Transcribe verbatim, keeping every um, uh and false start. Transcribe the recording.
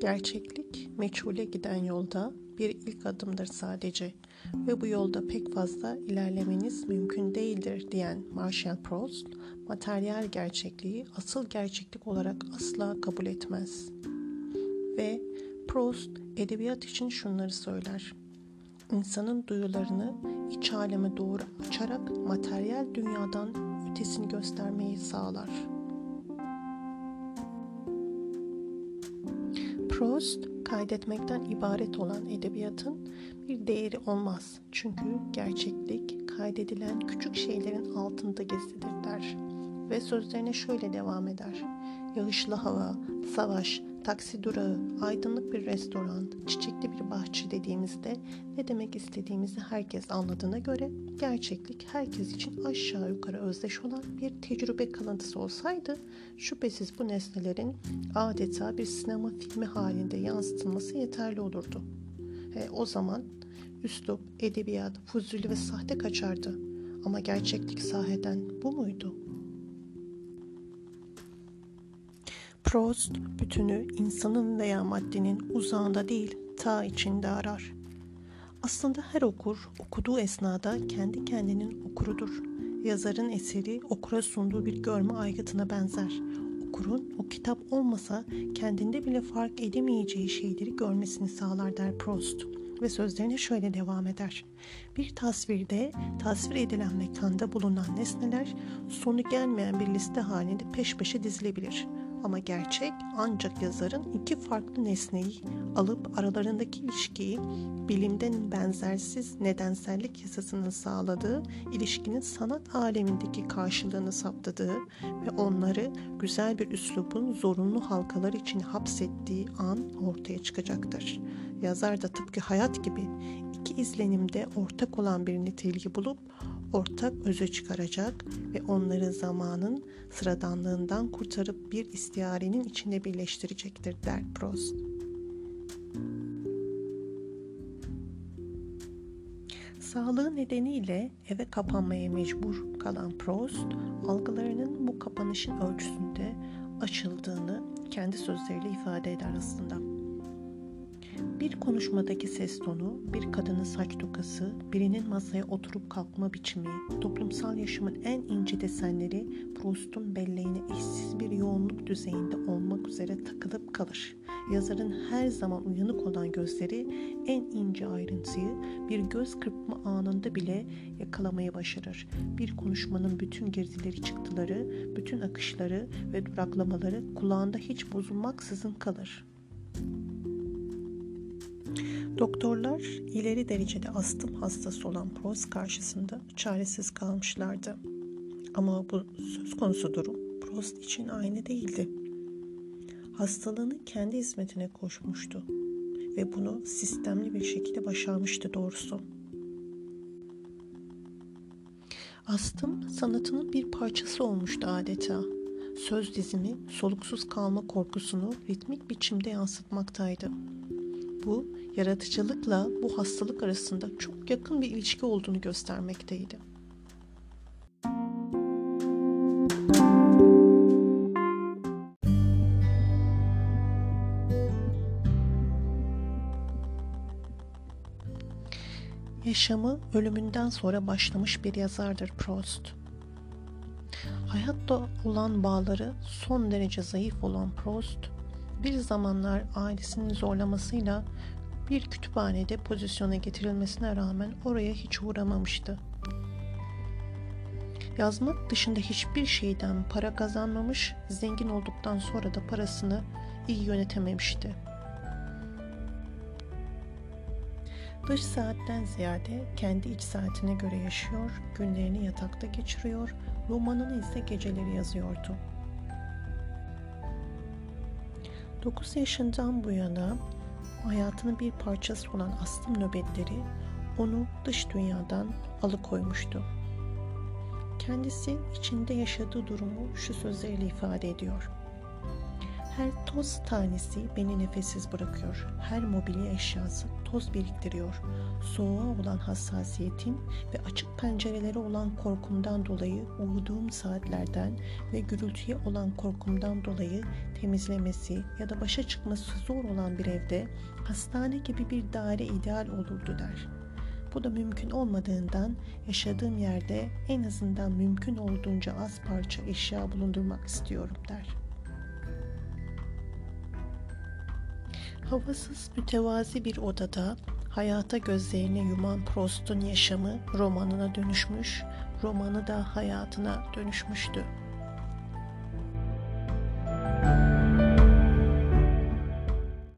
Gerçeklik, meçhule giden yolda bir ilk adımdır sadece ve bu yolda pek fazla ilerlemeniz mümkün değildir diyen Marcel Proust, materyal gerçekliği asıl gerçeklik olarak asla kabul etmez. Ve Proust edebiyat için şunları söyler: İnsanın duyularını iç aleme doğru açarak materyal dünyadan ötesini göstermeyi sağlar. Proust, kaydetmekten ibaret olan edebiyatın bir değeri olmaz. Çünkü gerçeklik kaydedilen küçük şeylerin altında gizlidir der. Ve sözlerine şöyle devam eder: Yağışlı hava, savaş, taksi durağı, aydınlık bir restoran, çiçekli bir bahçe dediğimizde ne demek istediğimizi herkes anladığına göre gerçeklik herkes için aşağı yukarı özdeş olan bir tecrübe kalıntısı olsaydı şüphesiz bu nesnelerin adeta bir sinema filmi halinde yansıtılması yeterli olurdu. E, o zaman üslup, edebiyat, fuzuli ve sahte kaçardı. Ama gerçeklik sahiden bu muydu? Proust bütünü insanın veya maddenin uzağında değil, ta içinde arar. Aslında her okur, okuduğu esnada kendi kendinin okurudur. Yazarın eseri okura sunduğu bir görme aygıtına benzer. Okurun o kitap olmasa kendinde bile fark edemeyeceği şeyleri görmesini sağlar der Proust. Ve sözlerine şöyle devam eder: Bir tasvirde tasvir edilen mekanda bulunan nesneler sonu gelmeyen bir liste halinde peş peşe dizilebilir. Ama gerçek ancak yazarın iki farklı nesneyi alıp aralarındaki ilişkiyi bilimden benzersiz nedensellik yasasının sağladığı ilişkinin sanat alemindeki karşılığını saptadığı ve onları güzel bir üslubun zorunlu halkalar için hapsettiği an ortaya çıkacaktır. Yazar da tıpkı hayat gibi iki izlenimde ortak olan bir niteliği bulup ortak öze çıkaracak ve onları zamanın sıradanlığından kurtarıp bir istiarenin içinde birleştirecektir der Proust. Sağlığı nedeniyle eve kapanmaya mecbur kalan Proust, algılarının bu kapanışın ölçüsünde açıldığını kendi sözleriyle ifade eder aslında. Bir konuşmadaki ses tonu, bir kadının saç tokası, birinin masaya oturup kalkma biçimi, toplumsal yaşamın en ince desenleri Proust'un belleğine eşsiz bir yoğunluk düzeyinde olmak üzere takılıp kalır. Yazarın her zaman uyanık olan gözleri en ince ayrıntıyı bir göz kırpma anında bile yakalamayı başarır. Bir konuşmanın bütün girdileri çıktıları, bütün akışları ve duraklamaları kulağında hiç bozulmaksızın kalır. Doktorlar ileri derecede astım hastası olan Proust karşısında çaresiz kalmışlardı. Ama bu söz konusu durum Proust için aynı değildi. Hastalığını kendi hizmetine koşmuştu ve bunu sistemli bir şekilde başarmıştı doğrusu. Astım sanatının bir parçası olmuştu adeta. Söz dizimi soluksuz kalma korkusunu ritmik biçimde yansıtmaktaydı. Bu, yaratıcılıkla bu hastalık arasında çok yakın bir ilişki olduğunu göstermekteydi. Yaşamı ölümünden sonra başlamış bir yazardır Proust. Hayatta olan bağları son derece zayıf olan Proust, bir zamanlar ailesinin zorlamasıyla bir kütüphanede pozisyona getirilmesine rağmen oraya hiç uğramamıştı. Yazmak dışında hiçbir şeyden para kazanmamış, zengin olduktan sonra da parasını iyi yönetememişti. Dış saatten ziyade kendi iç saatine göre yaşıyor, günlerini yatakta geçiriyor, romanını ise geceleri yazıyordu. dokuz yaşından bu yana hayatının bir parçası olan astım nöbetleri onu dış dünyadan alıkoymuştu. Kendisi içinde yaşadığı durumu şu sözlerle ifade ediyor: Her toz tanesi beni nefessiz bırakıyor. Her mobilya eşyası toz biriktiriyor. Soğuğa olan hassasiyetim ve açık pencerelere olan korkumdan dolayı uyuduğum saatlerden ve gürültüye olan korkumdan dolayı temizlemesi ya da başa çıkması zor olan bir evde hastane gibi bir daire ideal olurdu der. Bu da mümkün olmadığından yaşadığım yerde en azından mümkün olduğunca az parça eşya bulundurmak istiyorum der. Havasız, mütevazi bir odada hayata gözlerini yuman Proust'un yaşamı romanına dönüşmüş, romanı da hayatına dönüşmüştü.